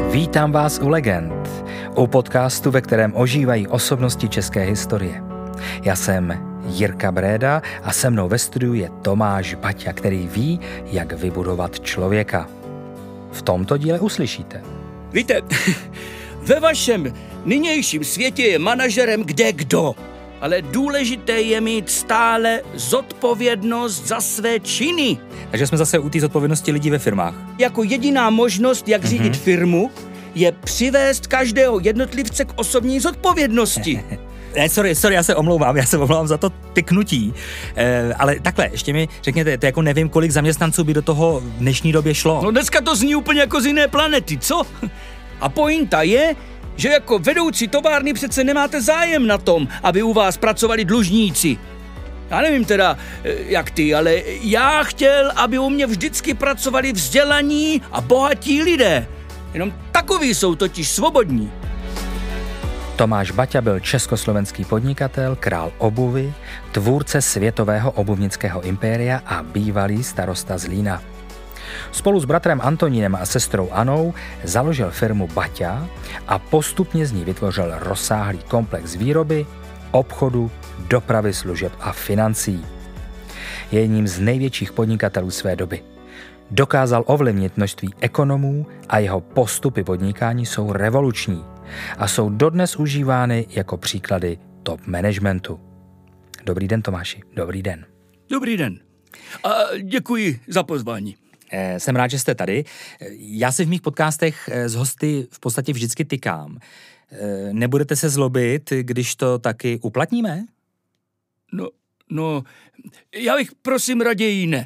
Vítám vás u Legend, u podcastu, ve kterém ožívají osobnosti české historie. Já jsem Jirka Bréda a se mnou ve studiu je Tomáš Baťa, který ví, jak vybudovat člověka. V tomto díle uslyšíte. Víte, ve vašem nynějším světě je manažerem kdekdo, ale důležité je mít stále zodpovědnost za své činy. Takže jsme zase u té zodpovědnosti lidí ve firmách. Jako jediná možnost, jak řídit firmu, je přivést každého jednotlivce k osobní zodpovědnosti. Sorry, já se omlouvám za to tyknutí, ale takhle, ještě mi řekněte, to jako nevím, kolik zaměstnanců by do toho v dnešní době šlo. No dneska to zní úplně jako z jiné planety, co? A pointa je, že jako vedoucí továrny přece nemáte zájem na tom, aby u vás pracovali dlužníci. Já nevím teda, jak ty, ale já chtěl, aby u mě vždycky pracovali vzdělaní a bohatí lidé. Jenom takoví jsou totiž svobodní. Tomáš Baťa byl československý podnikatel, král obuvy, tvůrce světového obuvnického impéria a bývalý starosta Zlína. Spolu s bratrem Antonínem a sestrou Anou založil firmu Baťa a postupně z ní vytvořil rozsáhlý komplex výroby, obchodu, dopravy služeb a financí. Je jedním z největších podnikatelů své doby. Dokázal ovlivnit množství ekonomů a jeho postupy podnikání jsou revoluční a jsou dodnes užívány jako příklady top managementu. Dobrý den, Tomáši. Dobrý den. Dobrý den. A děkuji za pozvání. Jsem rád, že jste tady. Já si v mých podcastech s hosty v podstatě vždycky tykám. Nebudete se zlobit, když to taky uplatníme? No, já bych prosím raději ne.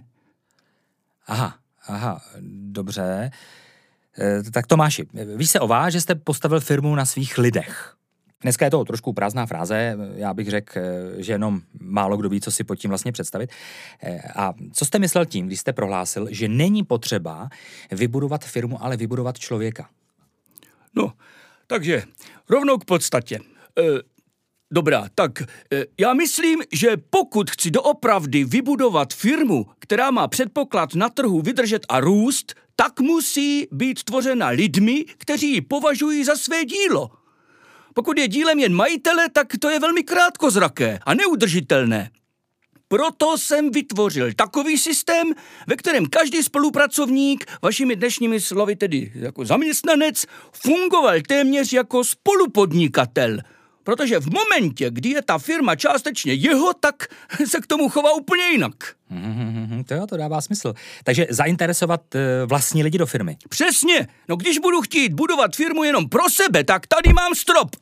Aha, dobře. Tak Tomáši, víš se o vás, že jste postavil firmu na svých lidech. Dneska je to trošku prázdná fráze, já bych řekl, že jenom málo kdo ví, co si pod tím vlastně představit. A co jste myslel tím, když jste prohlásil, že není potřeba vybudovat firmu, ale vybudovat člověka? No, takže rovnou k podstatě. Dobrá, tak já myslím, že pokud chci doopravdy vybudovat firmu, která má předpoklad na trhu vydržet a růst, tak musí být tvořena lidmi, kteří ji považují za své dílo. Pokud je dílem jen majitele, tak to je velmi krátkozraké a neudržitelné. Proto jsem vytvořil takový systém, ve kterém každý spolupracovník, vašimi dnešními slovy tedy jako zaměstnanec, fungoval téměř jako spolupodnikatel. Protože v momentě, kdy je ta firma částečně jeho, tak se k tomu chová úplně jinak. To dává smysl. Takže zainteresovat vlastní lidi do firmy. Přesně. No když budu chtít budovat firmu jenom pro sebe, tak tady mám strop.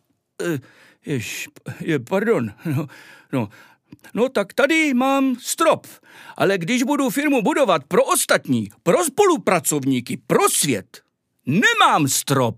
Pardon. No, tak tady mám strop. Ale když budu firmu budovat pro ostatní, pro spolupracovníky, pro svět, nemám strop.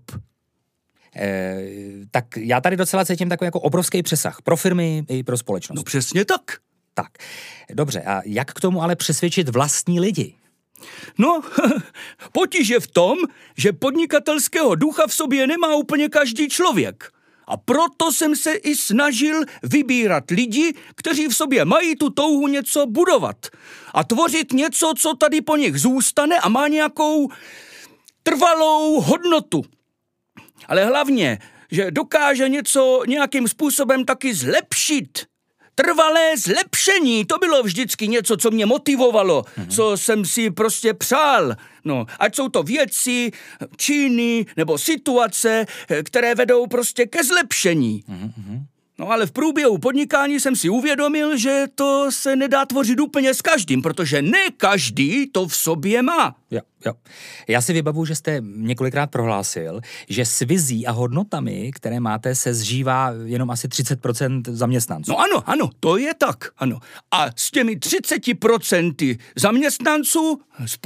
Tak já tady docela cítím takový jako obrovský přesah pro firmy i pro společnost. No přesně tak. Tak, dobře, a jak k tomu ale přesvědčit vlastní lidi? No, potíž je v tom, že podnikatelského ducha v sobě nemá úplně každý člověk. A proto jsem se i snažil vybírat lidi, kteří v sobě mají tu touhu něco budovat. A tvořit něco, co tady po nich zůstane a má nějakou trvalou hodnotu. Ale hlavně, že dokáže něco nějakým způsobem taky zlepšit. Trvalé zlepšení, to bylo vždycky něco, co mě motivovalo, co jsem si prostě přál. No, ať jsou to věci, činy nebo situace, které vedou prostě ke zlepšení. No ale v průběhu podnikání jsem si uvědomil, že to se nedá tvořit úplně s každým, protože ne každý to v sobě má. Jo. Já si vybavuji, že jste několikrát prohlásil, že s vizí a hodnotami, které máte, se zžívá jenom asi 30% zaměstnanců. No ano, to je tak, ano. A s těmi 30% zaměstnanců,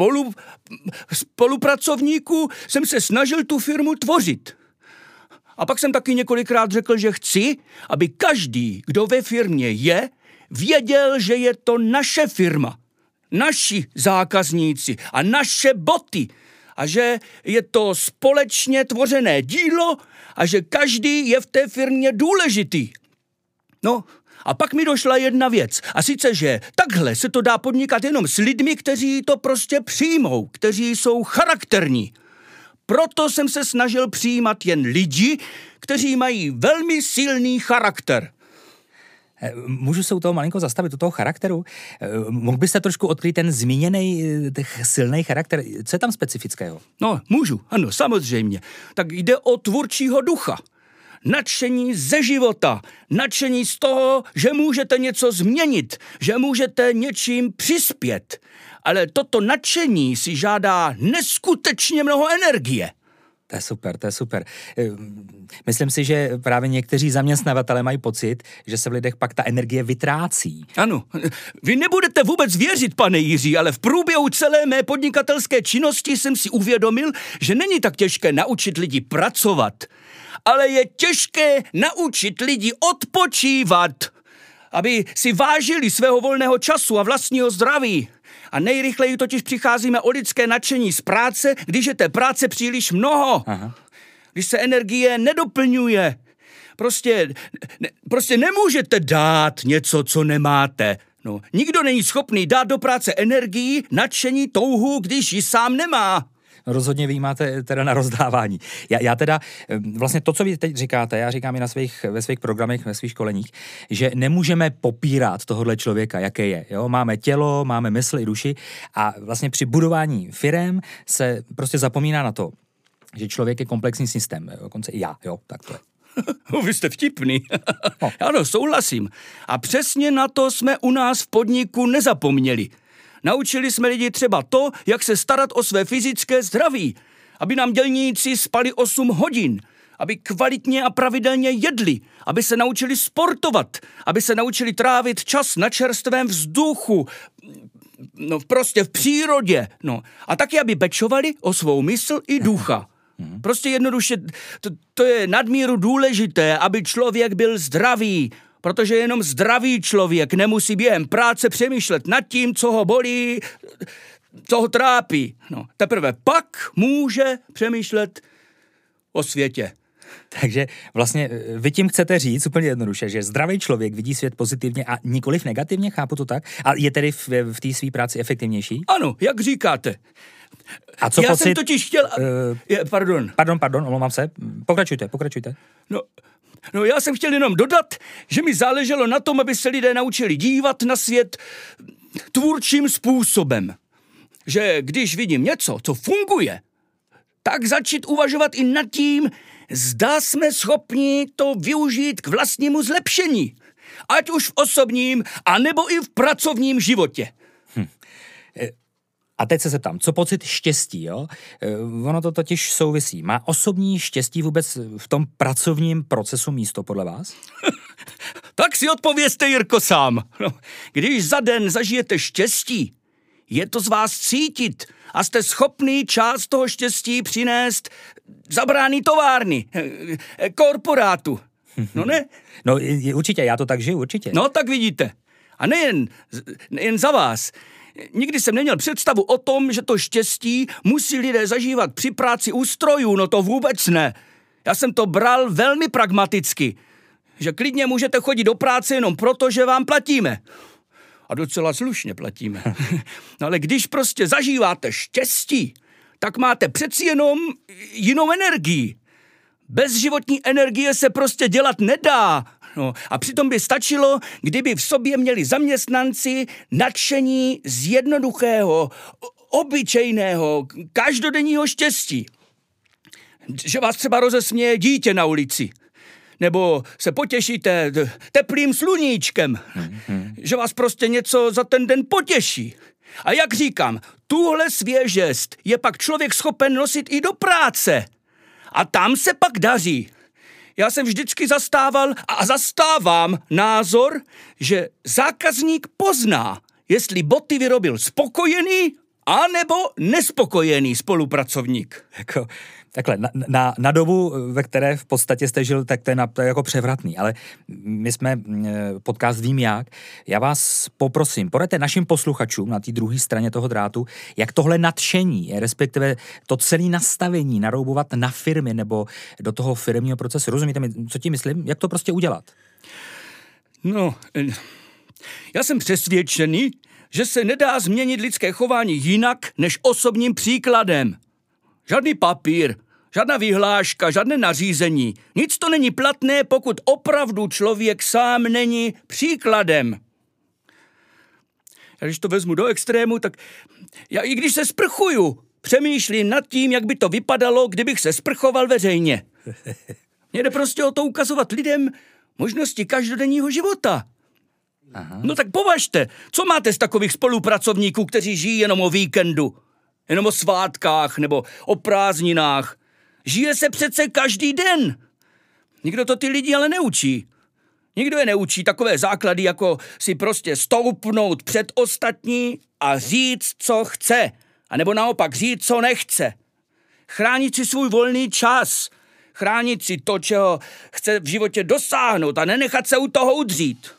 spolupracovníků jsem se snažil tu firmu tvořit. A pak jsem taky několikrát řekl, že chci, aby každý, kdo ve firmě je, věděl, že je to naše firma, naši zákazníci a naše boty a že je to společně tvořené dílo a že každý je v té firmě důležitý. No, a pak mi došla jedna věc, a sice, že takhle se to dá podnikat jenom s lidmi, kteří to prostě přijmou, kteří jsou charakterní. proto jsem se snažil přijímat jen lidi, kteří mají velmi silný charakter. Můžu se u toho malinko zastavit, u toho charakteru? Mohl byste trošku odkrýt ten zmíněný silný charakter? Co je tam specifického? No, můžu, ano, samozřejmě. Tak jde o tvůrčího ducha. Nadšení ze života, nadšení z toho, že můžete něco změnit, že můžete něčím přispět. Ale toto nadšení si žádá neskutečně mnoho energie. To je super. Myslím si, že právě někteří zaměstnavatelé mají pocit, že se v lidech pak ta energie vytrácí. Ano, vy nebudete vůbec věřit, pane Jiří, ale v průběhu celé mé podnikatelské činnosti jsem si uvědomil, že není tak těžké naučit lidi pracovat, ale je těžké naučit lidi odpočívat, aby si vážili svého volného času a vlastního zdraví. A nejrychleji totiž přicházíme o lidské nadšení z práce, když je té práce příliš mnoho. Aha. Když se energie nedoplňuje. Prostě nemůžete dát něco, co nemáte. No, nikdo není schopný dát do práce energii, nadšení, touhu, když ji sám nemá. Rozhodně vy máte teda na rozdávání. Já teda, vlastně to, co vy teď říkáte, já říkám i ve svých programech, ve svých školeních, že nemůžeme popírat tohohle člověka, jaké je. Jo? Máme tělo, máme mysl i duši a vlastně při budování firem se prostě zapomíná na to, že člověk je komplexní systém, dokonce i já, jo, tak to je. Vy jste vtipný. No. Ano, souhlasím. A přesně na to jsme u nás v podniku nezapomněli. Naučili jsme lidi třeba to, jak se starat o své fyzické zdraví, aby nám dělníci spali 8 hodin, aby kvalitně a pravidelně jedli, aby se naučili sportovat, aby se naučili trávit čas na čerstvém vzduchu, no prostě v přírodě, no. A taky, aby pečovali o svou mysl i ducha. Prostě jednoduše, to je nadmíru důležité, aby člověk byl zdravý, protože jenom zdravý člověk nemusí během práce přemýšlet nad tím, co ho bolí, co ho trápí. No, teprve pak může přemýšlet o světě. Takže vlastně vy tím chcete říct úplně jednoduše, že zdravý člověk vidí svět pozitivně a nikoliv negativně, chápu to tak? A je tedy v té své práci efektivnější? Ano, jak říkáte. A co já pocit? Jsem totiž chtěl... Pardon, omlouvám se. Pokračujte. No, já jsem chtěl jenom dodat, že mi záleželo na tom, aby se lidé naučili dívat na svět tvůrčím způsobem. Že když vidím něco, co funguje, tak začít uvažovat i nad tím, zda jsme schopni to využít k vlastnímu zlepšení. Ať už v osobním, anebo i v pracovním životě. A teď se zeptám, co pocit štěstí, jo? Ono to totiž souvisí. Má osobní štěstí vůbec v tom pracovním procesu místo podle vás? Tak si odpovězte, Jirko, sám. No, když za den zažijete štěstí, je to z vás cítit a jste schopný část toho štěstí přinést za brány továrny, korporátu. No ne? No určitě, já to tak žiju, určitě. No tak vidíte. A nejen za vás. Nikdy jsem neměl představu o tom, že to štěstí musí lidé zažívat při práci u strojů, no to vůbec ne. Já jsem to bral velmi pragmaticky, že klidně můžete chodit do práce jenom proto, že vám platíme. A docela slušně platíme. No ale když prostě zažíváte štěstí, tak máte přeci jenom jinou energii. Bez životní energie se prostě dělat nedá. No, a přitom by stačilo, kdyby v sobě měli zaměstnanci nadšení z jednoduchého, obyčejného, každodenního štěstí. Že vás třeba rozesměje dítě na ulici. Nebo se potěšíte teplým sluníčkem. Že vás prostě něco za ten den potěší. A jak říkám, tuhle svěžest je pak člověk schopen nosit i do práce. A tam se pak daří. Já jsem vždycky zastával a zastávám názor, že zákazník pozná, jestli boty vyrobil spokojený anebo nespokojený spolupracovník. Takhle, na dobu, ve které v podstatě jste žil, tak to je jako převratný, ale my jsme podcast Vím jak. Já vás poprosím, poraďte našim posluchačům na té druhé straně toho drátu, jak tohle nadšení, respektive to celé nastavení naroubovat na firmy nebo do toho firmního procesu. Rozumíte mi, co tím myslím? Jak to prostě udělat? No, já jsem přesvědčený, že se nedá změnit lidské chování jinak než osobním příkladem. Žádný papír, žádná vyhláška, žádné nařízení. Nic to není platné, pokud opravdu člověk sám není příkladem. Já když to vezmu do extrému, tak já i když se sprchuju, přemýšlím nad tím, jak by to vypadalo, kdybych se sprchoval veřejně. Mně jde prostě o to ukazovat lidem možnosti každodenního života. Aha. No tak považte, co máte z takových spolupracovníků, kteří žijí jenom o víkendu, jenom o svátkách nebo o prázdninách. Žije se přece každý den. Nikdo to ty lidi ale neučí. Nikdo je neučí takové základy, jako si prostě stoupnout před ostatní a říct, co chce. A nebo naopak říct, co nechce. Chránit si svůj volný čas. Chránit si to, čeho chce v životě dosáhnout a nenechat se u toho udřít.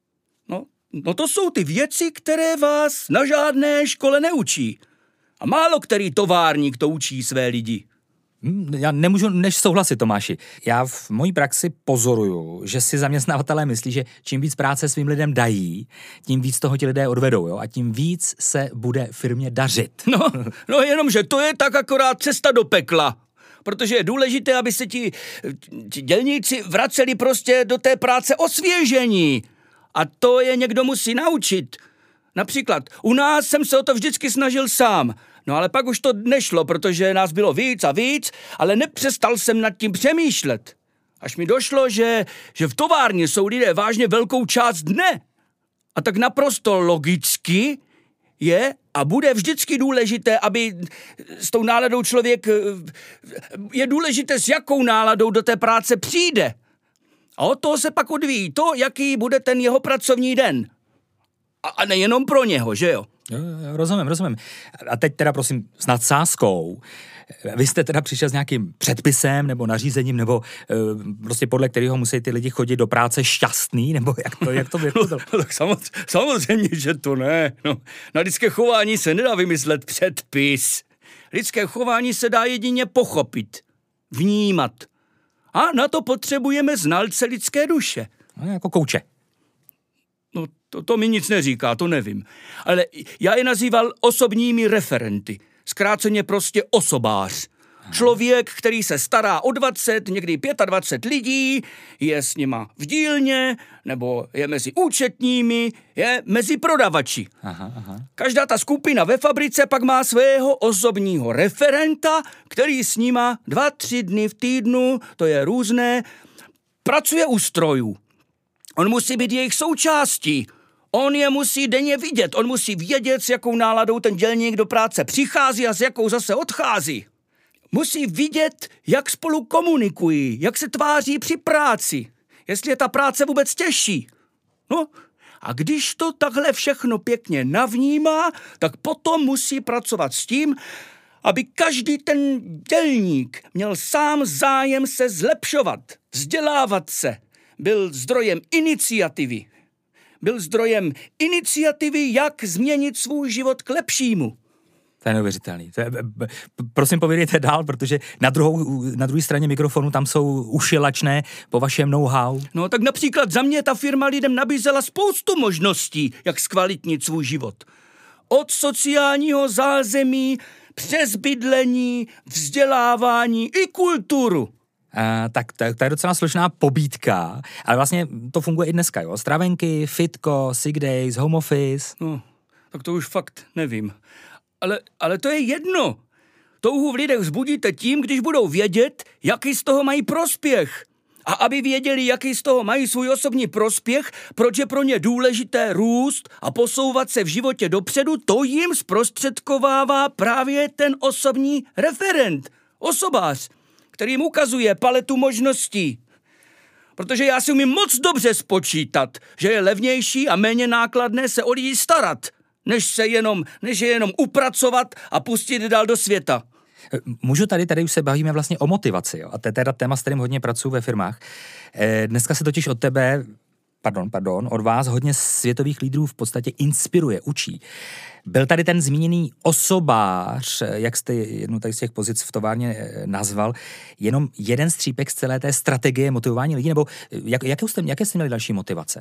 No to jsou ty věci, které vás na žádné škole neučí. A málo který továrník to učí své lidi. Já nemůžu než souhlasit, Tomáši. Já v mojí praxi pozoruju, že si zaměstnavatelé myslí, že čím víc práce svým lidem dají, tím víc toho ti lidé odvedou, jo? A tím víc se bude firmě dařit. No jenomže to je tak akorát cesta do pekla. Protože je důležité, aby se ti dělníci vraceli prostě do té práce osvěžení. A to je někdo musí naučit. Například u nás jsem se o to vždycky snažil sám. No ale pak už to nešlo, protože nás bylo víc a víc, ale nepřestal jsem nad tím přemýšlet. Až mi došlo, že v továrně jsou lidé vážně velkou část dne. A tak naprosto logicky je a bude vždycky důležité, aby s tou náladou člověk... Je důležité, s jakou náladou do té práce přijde. A od toho se pak odvíjí to, jaký bude ten jeho pracovní den. A nejenom pro něho, že jo? Jo, rozumím. A teď teda prosím s nadsázkou. Vy jste teda přišel s nějakým předpisem nebo nařízením, nebo prostě podle kterého musí ty lidi chodit do práce šťastný, nebo jak to vypadalo? Tak samozřejmě, že to ne. No, na lidské chování se nedá vymyslet předpis. Lidské chování se dá jedině pochopit, vnímat. A na to potřebujeme znalce lidské duše. No, jako kouče. No, to mi nic neříká, to nevím. Ale já je nazýval osobními referenty. Zkráceně prostě osobář. Člověk, který se stará o 20, někdy 25 lidí, je s nima v dílně, nebo je mezi účetními, je mezi prodavači. Aha. Každá ta skupina ve fabrice pak má svého osobního referenta, který s nima 2-3 dny v týdnu, to je různé, pracuje u strojů. On musí být jejich součástí. On je musí denně vidět. On musí vědět, s jakou náladou ten dělník do práce přichází a s jakou zase odchází. Musí vidět, jak spolu komunikují, jak se tváří při práci, jestli je ta práce vůbec těžší. No, a když to takhle všechno pěkně navnímá, tak potom musí pracovat s tím, aby každý ten dělník měl sám zájem se zlepšovat, vzdělávat se, byl zdrojem iniciativy. Byl zdrojem iniciativy, jak změnit svůj život k lepšímu. To je neuvěřitelný. Prosím, povědějte dál, protože na druhé straně mikrofonu tam jsou uši lačné po vašem know-how. No tak například za mě ta firma lidem nabízela spoustu možností, jak zkvalitnit svůj život. Od sociálního zázemí, přes bydlení, vzdělávání i kulturu. Tak to je docela slušná pobídka, ale vlastně to funguje i dneska, jo? Stravenky, fitko, sick days, home office. No, tak to už fakt nevím. Ale to je jedno. Touhu v lidech vzbudíte tím, když budou vědět, jaký z toho mají prospěch. A aby věděli, jaký z toho mají svůj osobní prospěch, proč je pro ně důležité růst a posouvat se v životě dopředu, to jim zprostředkovává právě ten osobní referent, osobář, který jim ukazuje paletu možností. Protože já si umím moc dobře spočítat, že je levnější a méně nákladné se o lidi starat, než je jenom upracovat a pustit dál do světa. Můžu tady už se bavíme vlastně o motivaci, jo? A to je teda téma, s kterým hodně pracuji ve firmách. Dneska se totiž od tebe, od vás hodně světových lídrů v podstatě inspiruje, učí. Byl tady ten zmíněný osobář, jak jste jednu tady z těch pozic v továrně nazval, jenom jeden střípek z celé té strategie motivování lidí, nebo jaké jste měli další motivace?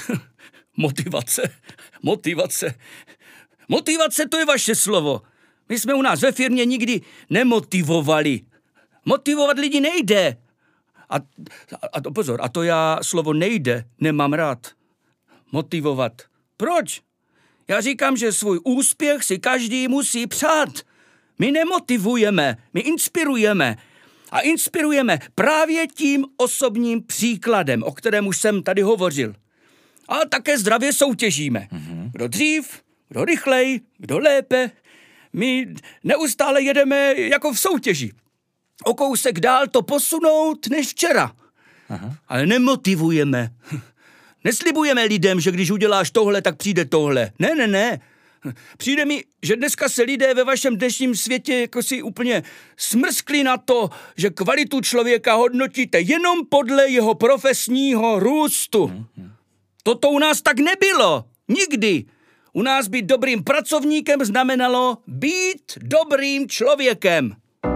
Motivace, to je vaše slovo. My jsme u nás ve firmě nikdy nemotivovali. Motivovat lidi nejde. A to pozor, a to já slovo nejde nemám rád. Motivovat. Proč? Já říkám, že svůj úspěch si každý musí přát. My nemotivujeme, my inspirujeme. A inspirujeme právě tím osobním příkladem, o kterém už jsem tady hovořil. A také zdravě soutěžíme. Kdo dřív, kdo rychlej, kdo lépe. My neustále jedeme jako v soutěži. O kousek dál to posunout než včera. Ale nemotivujeme. Neslibujeme lidem, že když uděláš tohle, tak přijde tohle. Ne. Přijde mi, že dneska se lidé ve vašem dnešním světě jako si úplně smrskli na to, že kvalitu člověka hodnotíte jenom podle jeho profesního růstu. Toto u nás tak nebylo. Nikdy. U nás být dobrým pracovníkem znamenalo být dobrým člověkem.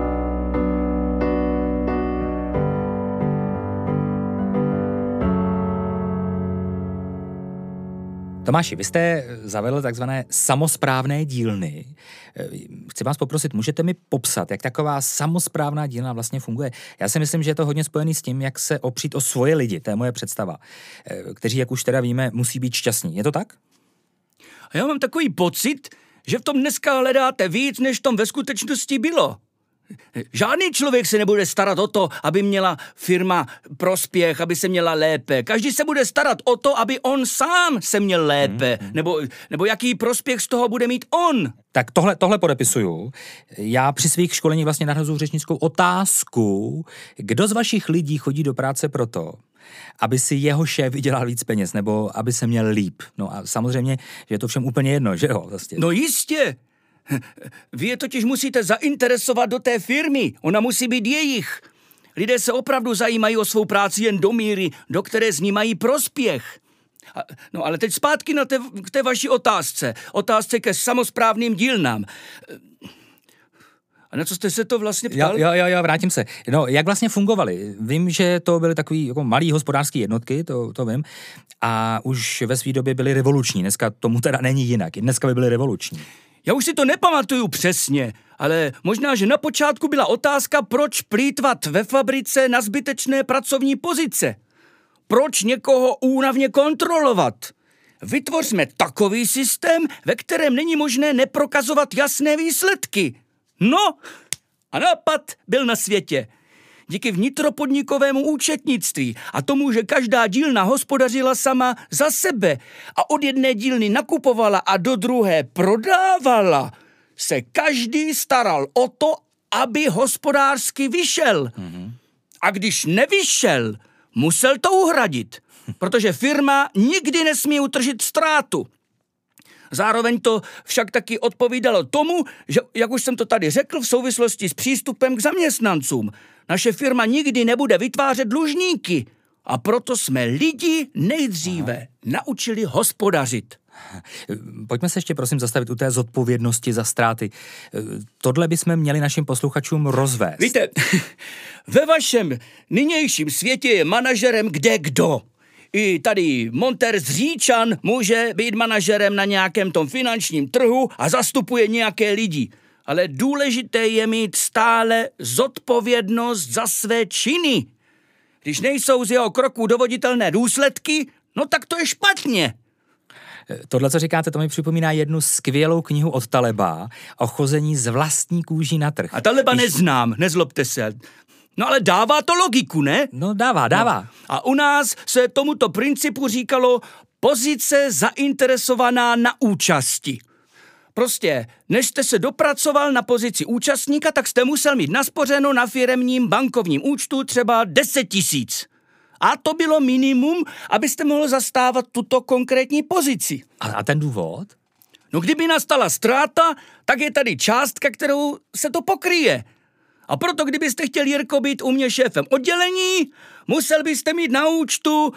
Tomáši, vy jste zavedl takzvané samosprávné dílny. Chci vás poprosit, můžete mi popsat, jak taková samosprávná dílna vlastně funguje? Já si myslím, že je to hodně spojený s tím, jak se opřít o svoje lidi, to je moje představa, kteří, jak už teda víme, musí být šťastní. Je to tak? A já mám takový pocit, že v tom dneska hledáte víc, než v tom ve skutečnosti bylo. Žádný člověk se nebude starat o to, aby měla firma prospěch, aby se měla lépe. Každý se bude starat o to, aby on sám se měl lépe. Nebo jaký prospěch z toho bude mít on. Tak tohle podepisuju. Já při svých školení vlastně nadhazuju řečnickou otázku, kdo z vašich lidí chodí do práce proto, aby si jeho šéf vydělal víc peněz, nebo aby se měl líp. No a samozřejmě, že je to všem úplně jedno, že jo? Vlastně. No jistě. Vy je totiž musíte zainteresovat do té firmy. Ona musí být jejich. Lidé se opravdu zajímají o svou práci jen do míry, do které z ní mají prospěch. No ale teď zpátky k té vaší otázce. Otázce ke samosprávným dílnám. A na co jste se to vlastně ptal? Jo, vrátím se. No, jak vlastně fungovaly? Vím, že to byly takový jako malý hospodářský jednotky, to vím, a už ve své době byly revoluční. Dneska tomu teda není jinak. Dneska by byly revoluční. Já už si to nepamatuju přesně, ale možná, že na počátku byla otázka, proč plýtvat ve fabrice na zbytečné pracovní pozice. Proč někoho únavně kontrolovat? Vytvořme takový systém, ve kterém není možné neprokazovat jasné výsledky. No, a nápad byl na světě. Díky vnitropodnikovému účetnictví a tomu, že každá dílna hospodařila sama za sebe a od jedné dílny nakupovala a do druhé prodávala, se každý staral o to, aby hospodářsky vyšel. A když nevyšel, musel to uhradit, protože firma nikdy nesmí utržit ztrátu. Zároveň to však taky odpovídalo tomu, že, jak už jsem to tady řekl, v souvislosti s přístupem k zaměstnancům, naše firma nikdy nebude vytvářet dlužníky a proto jsme lidi nejdříve naučili hospodařit. Pojďme se ještě prosím zastavit u té zodpovědnosti za ztráty. Tohle bychom měli našim posluchačům rozvést. Víte, ve vašem nynějším světě je manažerem kdekdo. I tady montér z Říčan může být manažerem na nějakém tom finančním trhu a zastupuje nějaké lidi. Ale důležité je mít stále zodpovědnost za své činy. Když nejsou z jeho kroků dovoditelné důsledky, no tak to je špatně. Tohle, co říkáte, to mi připomíná jednu skvělou knihu od Taleba o chození z vlastní kůží na trh. A Taleba neznám, nezlobte se. No ale dává to logiku, ne? No dává. No. A u nás se tomuto principu říkalo pozice zainteresovaná na účasti. Prostě, než jste se dopracoval na pozici účastníka, tak jste musel mít naspořeno na firemním bankovním účtu třeba 10 000. A to bylo minimum, abyste mohl zastávat tuto konkrétní pozici. A ten důvod? No kdyby nastala ztráta, tak je tady částka, kterou se to pokryje. A proto, kdybyste chtěl, Jirko, být u mě šéfem oddělení, musel byste mít na účtu,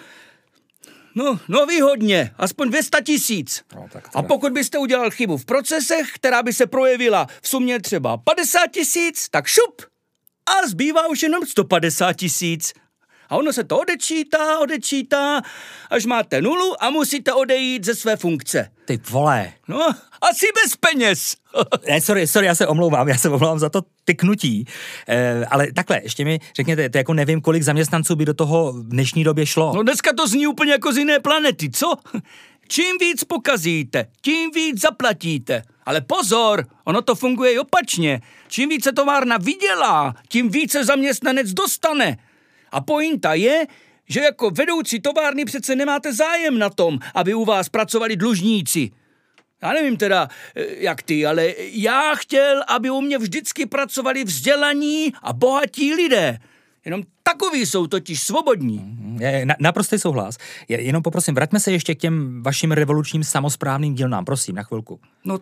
no výhodně, aspoň 200 000. No, tak a pokud byste udělal chybu v procesech, která by se projevila v sumě třeba 50 000, tak šup! A zbývá už jenom 150 000. A ono se to odečítá, až máte 0 a musíte odejít ze své funkce. Ty vole. No, asi bez peněz. Ne, sorry, já se omlouvám za to tyknutí. Ale takhle, ještě mi řekněte, to jako nevím, kolik zaměstnanců by do toho v dnešní době šlo. No dneska to zní úplně jako z jiné planety, co? Čím víc pokazíte, tím víc zaplatíte. Ale pozor, ono to funguje i opačně. Čím více továrna vydělá, tím více zaměstnanec dostane. A pointa je, že jako vedoucí továrny přece nemáte zájem na tom, aby u vás pracovali dlužníci. Já nevím teda, jak ty, ale já chtěl, aby u mě vždycky pracovali vzdělaní a bohatí lidé. Jenom takoví jsou totiž svobodní. Naprostý souhlas. Jenom poprosím, vraťme se ještě k těm vašim revolučním samosprávným dílnám, prosím, na chvilku.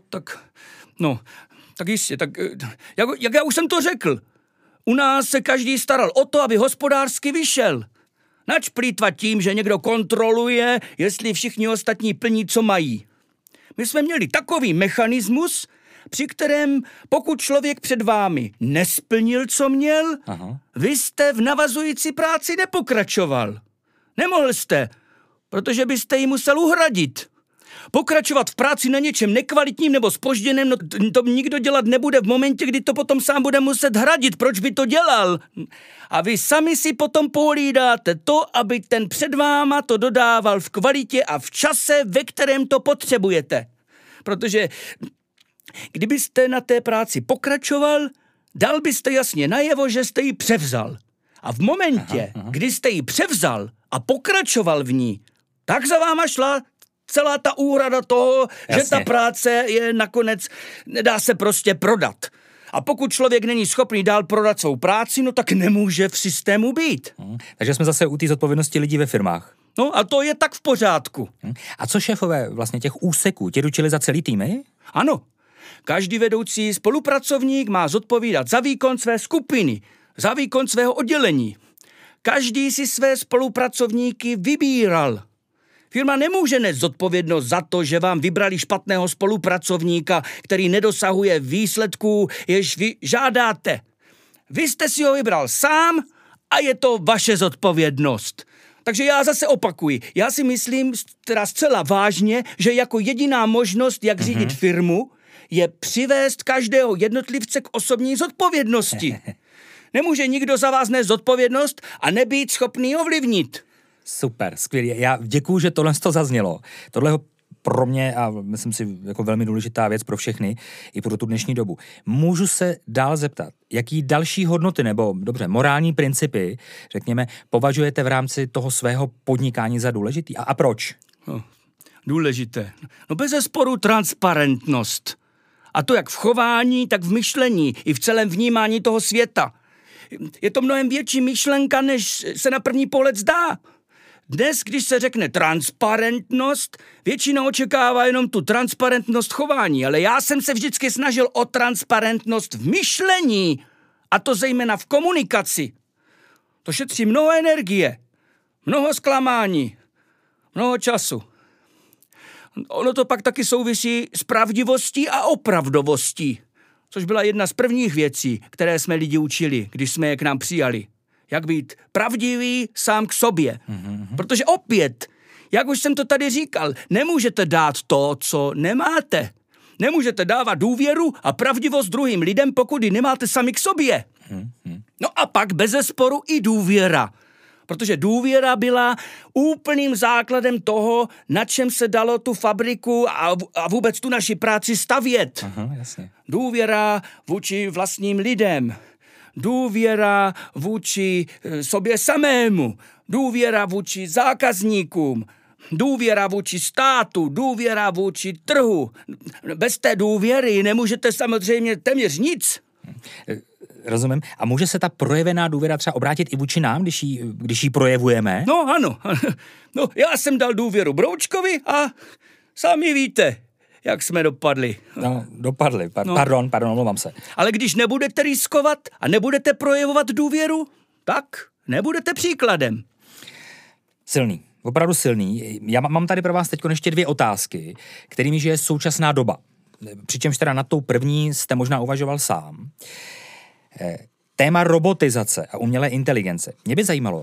Tak jistě, jak já už jsem to řekl. U nás se každý staral o to, aby hospodářsky vyšel. Nač plýtvat tím, že někdo kontroluje, jestli všichni ostatní plní, co mají. My jsme měli takový mechanismus, při kterém pokud člověk před vámi nesplnil, co měl, vy jste v navazující práci nepokračoval. Nemohl jste, protože byste ji musel uhradit. Pokračovat v práci na něčem nekvalitním nebo zpožděném, no to nikdo dělat nebude v momentě, kdy to potom sám bude muset hradit. Proč by to dělal? A vy sami si potom pohlídáte to, aby ten před váma to dodával v kvalitě a v čase, ve kterém to potřebujete. Protože kdybyste na té práci pokračoval, dal byste jasně najevo, že jste ji převzal. A v momentě, kdy jste ji převzal a pokračoval v ní, tak za váma šla celá ta úhrada toho, jasně, že ta práce je nakonec, nedá se prostě prodat. A pokud člověk není schopný dál prodat svou práci, no tak nemůže v systému být. Takže jsme zase u té zodpovědnosti lidí ve firmách. No a to je tak v pořádku. A co šéfové vlastně těch úseků? Ti ručili za celý týmy? Ano. Každý vedoucí spolupracovník má zodpovídat za výkon své skupiny, za výkon svého oddělení. Každý si své spolupracovníky vybíral. Firma nemůže nést zodpovědnost za to, že vám vybrali špatného spolupracovníka, který nedosahuje výsledků, jež vy žádáte. Vy jste si ho vybral sám a je to vaše zodpovědnost. Takže já zase opakuji, já si myslím teda zcela vážně, že jako jediná možnost, jak řídit firmu, je přivést každého jednotlivce k osobní zodpovědnosti. Nemůže nikdo za vás nést zodpovědnost a nebýt schopný ovlivnit. Super, skvělý. Já děkuju, že tohle to zaznělo. Tohle je pro mě a myslím si jako velmi důležitá věc pro všechny i pro tu dnešní dobu. Můžu se dál zeptat, jaký další hodnoty nebo dobře, morální principy, řekněme, považujete v rámci toho svého podnikání za důležitý? A proč? Důležité. No bezesporu transparentnost. A to jak v chování, tak v myšlení i v celém vnímání toho světa. Je to mnohem větší myšlenka, než se na první pohled zdá. Dnes, když se řekne transparentnost, většina očekává jenom tu transparentnost chování, ale já jsem se vždycky snažil o transparentnost v myšlení, a to zejména v komunikaci. To šetří mnoho energie, mnoho zklamání, mnoho času. Ono to pak taky souvisí s pravdivostí a opravdovostí, což byla jedna z prvních věcí, které jsme lidi učili, když jsme je k nám přijali. Jak být pravdivý sám k sobě. Protože opět, jak už jsem to tady říkal, nemůžete dát to, co nemáte. Nemůžete dávat důvěru a pravdivost druhým lidem, pokud ji nemáte sami k sobě. No a pak bezesporu i důvěra. Protože důvěra byla úplným základem toho, na čem se dalo tu fabriku a vůbec tu naši práci stavět. Jasně. Důvěra vůči vlastním lidem. Důvěra vůči sobě samému, důvěra vůči zákazníkům, důvěra vůči státu, důvěra vůči trhu. Bez té důvěry nemůžete samozřejmě téměř nic. Rozumím. A může se ta projevená důvěra třeba obrátit i vůči nám, když ji projevujeme? No ano. No, já jsem dal důvěru Broučkovi a sami víte, jak jsme dopadli. No, dopadli. Pardon, omlouvám se. Ale když nebudete riskovat a nebudete projevovat důvěru, tak nebudete příkladem. Silný. Opravdu silný. Já mám tady pro vás teď ještě 2 otázky, kterými žije současná doba. Přičemž teda nad tou první jste možná uvažoval sám. Téma robotizace a umělé inteligence. Mě by zajímalo,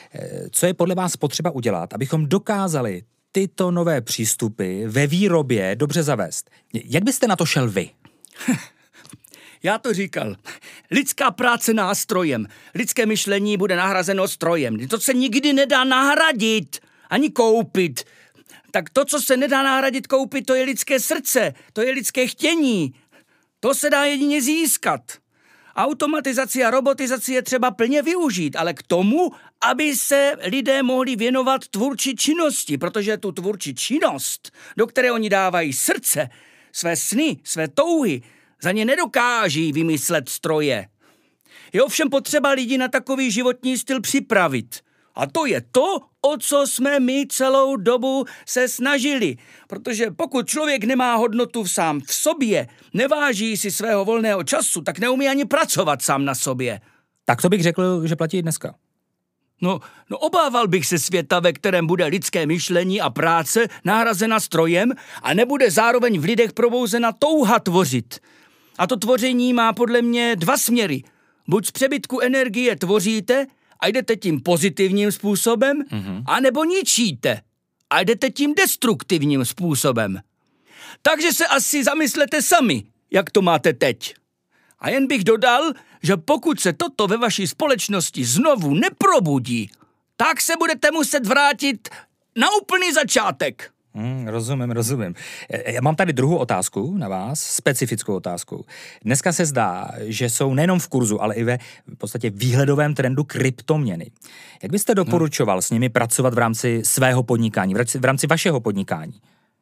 Co je podle vás potřeba udělat, abychom dokázali tyto nové přístupy ve výrobě dobře zavést? Jak byste na to šel vy? Já to říkal. Lidská práce nástrojem. Lidské myšlení bude nahrazeno strojem. To se nikdy nedá nahradit, ani koupit. Tak to, co se nedá nahradit, koupit, to je lidské srdce, to je lidské chtění. To se dá jedině získat. Automatizaci a robotizaci je třeba plně využít, ale k tomu, aby se lidé mohli věnovat tvůrčí činnosti, protože tu tvůrčí činnost, do které oni dávají srdce, své sny, své touhy, za ně nedokáží vymyslet stroje. Je ovšem potřeba lidi na takový životní styl připravit. A to je to, o co jsme my celou dobu se snažili. Protože pokud člověk nemá hodnotu sám v sobě, neváží si svého volného času, tak neumí ani pracovat sám na sobě. Tak to bych řekl, že platí dneska. No obával bych se světa, ve kterém bude lidské myšlení a práce nahrazena strojem a nebude zároveň v lidech probouzena touha tvořit. A to tvoření má podle mě dva směry. Buď z přebytku energie tvoříte a jdete tím pozitivním způsobem, anebo ničíte a jdete tím destruktivním způsobem. Takže se asi zamyslete sami, jak to máte teď. A jen bych dodal, že pokud se toto ve vaší společnosti znovu neprobudí, tak se budete muset vrátit na úplný začátek. Rozumím. Já mám tady druhou otázku na vás, specifickou otázku. Dneska se zdá, že jsou nejenom v kurzu, ale i ve v podstatě výhledovém trendu kryptoměny. Jak byste doporučoval s nimi pracovat v rámci svého podnikání, v rámci vašeho podnikání?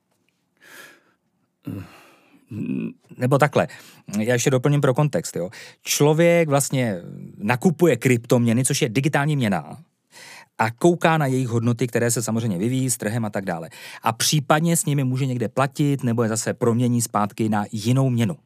Nebo takhle, já ještě doplním pro kontext. Jo. Člověk vlastně nakupuje kryptoměny, což je digitální měna, a kouká na jejich hodnoty, které se samozřejmě vyvíjí s trhem a tak dále. A případně s nimi může někde platit, nebo je zase promění zpátky na jinou měnu.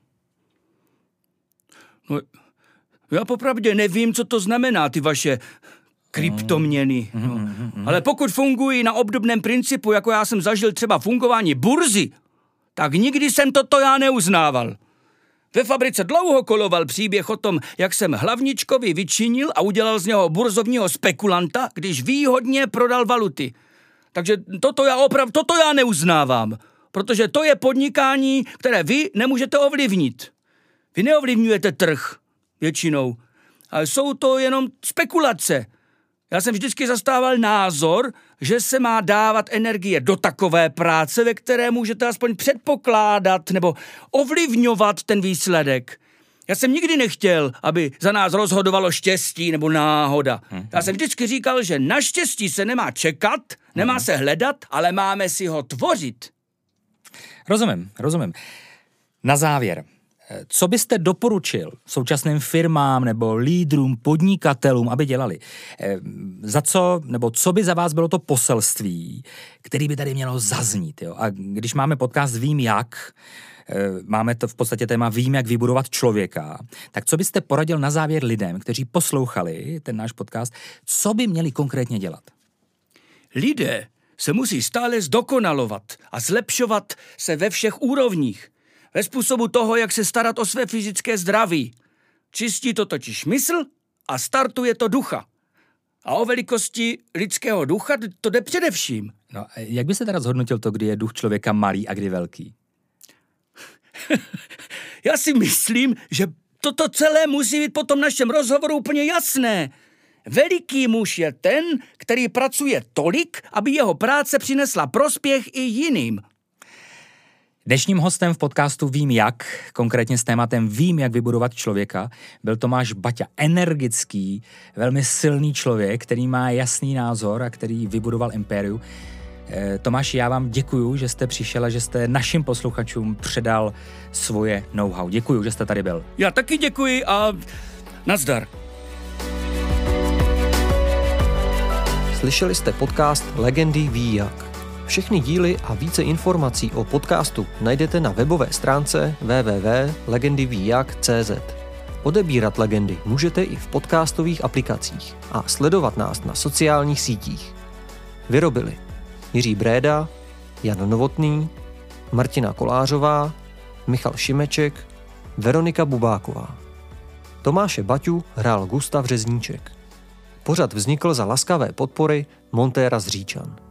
No, já popravdě nevím, co to znamená, ty vaše kryptoměny. Ale pokud fungují na obdobném principu, jako já jsem zažil třeba fungování burzy, tak nikdy jsem toto já neuznával. Ve fabrice dlouho koloval příběh o tom, jak jsem hlavničkovi vyčinil a udělal z něho burzovního spekulanta, když výhodně prodal valuty. Takže toto já neuznávám, protože to je podnikání, které vy nemůžete ovlivnit. Vy neovlivňujete trh většinou, ale jsou to jenom spekulace. Já jsem vždycky zastával názor, že se má dávat energie do takové práce, ve které můžete aspoň předpokládat nebo ovlivňovat ten výsledek. Já jsem nikdy nechtěl, aby za nás rozhodovalo štěstí nebo náhoda. Já jsem vždycky říkal, že na štěstí se nemá čekat, nemá se hledat, ale máme si ho tvořit. Rozumím. Na závěr. Co byste doporučil současným firmám nebo lídrům, podnikatelům, aby dělali? Co by za vás bylo to poselství, který by tady mělo zaznít? Jo? A když máme podcast Vím jak, máme to v podstatě téma Vím, jak vybudovat člověka, tak co byste poradil na závěr lidem, kteří poslouchali ten náš podcast, co by měli konkrétně dělat? Lidé se musí stále zdokonalovat a zlepšovat se ve všech úrovních. Ve způsobu toho, jak se starat o své fyzické zdraví. Čistí to totiž mysl a startuje to ducha. A o velikosti lidského ducha to jde především. No, jak byste teda zhodnotil to, kdy je duch člověka malý a kdy velký? Já si myslím, že toto celé musí být po tom našem rozhovoru úplně jasné. Veliký muž je ten, který pracuje tolik, aby jeho práce přinesla prospěch i jiným. Dnešním hostem v podcastu Vím jak, konkrétně s tématem Vím, jak vybudovat člověka, byl Tomáš Baťa. Energický, velmi silný člověk, který má jasný názor a který vybudoval impérium. Tomáši, já vám děkuju, že jste přišel a že jste našim posluchačům předal svoje know-how. Děkuju, že jste tady byl. Já taky děkuji a nazdar. Slyšeli jste podcast Legendy ví jak. Všechny díly a více informací o podcastu najdete na webové stránce www.legendyvíjak.cz. Odebírat Legendy můžete i v podcastových aplikacích a sledovat nás na sociálních sítích. Vyrobili Jiří Bréda, Jan Novotný, Martina Kolářová, Michal Šimeček, Veronika Bubáková. Tomáše Baťu hrál Gustav Řezníček. Pořad vznikl za laskavé podpory Montéra z Říčan.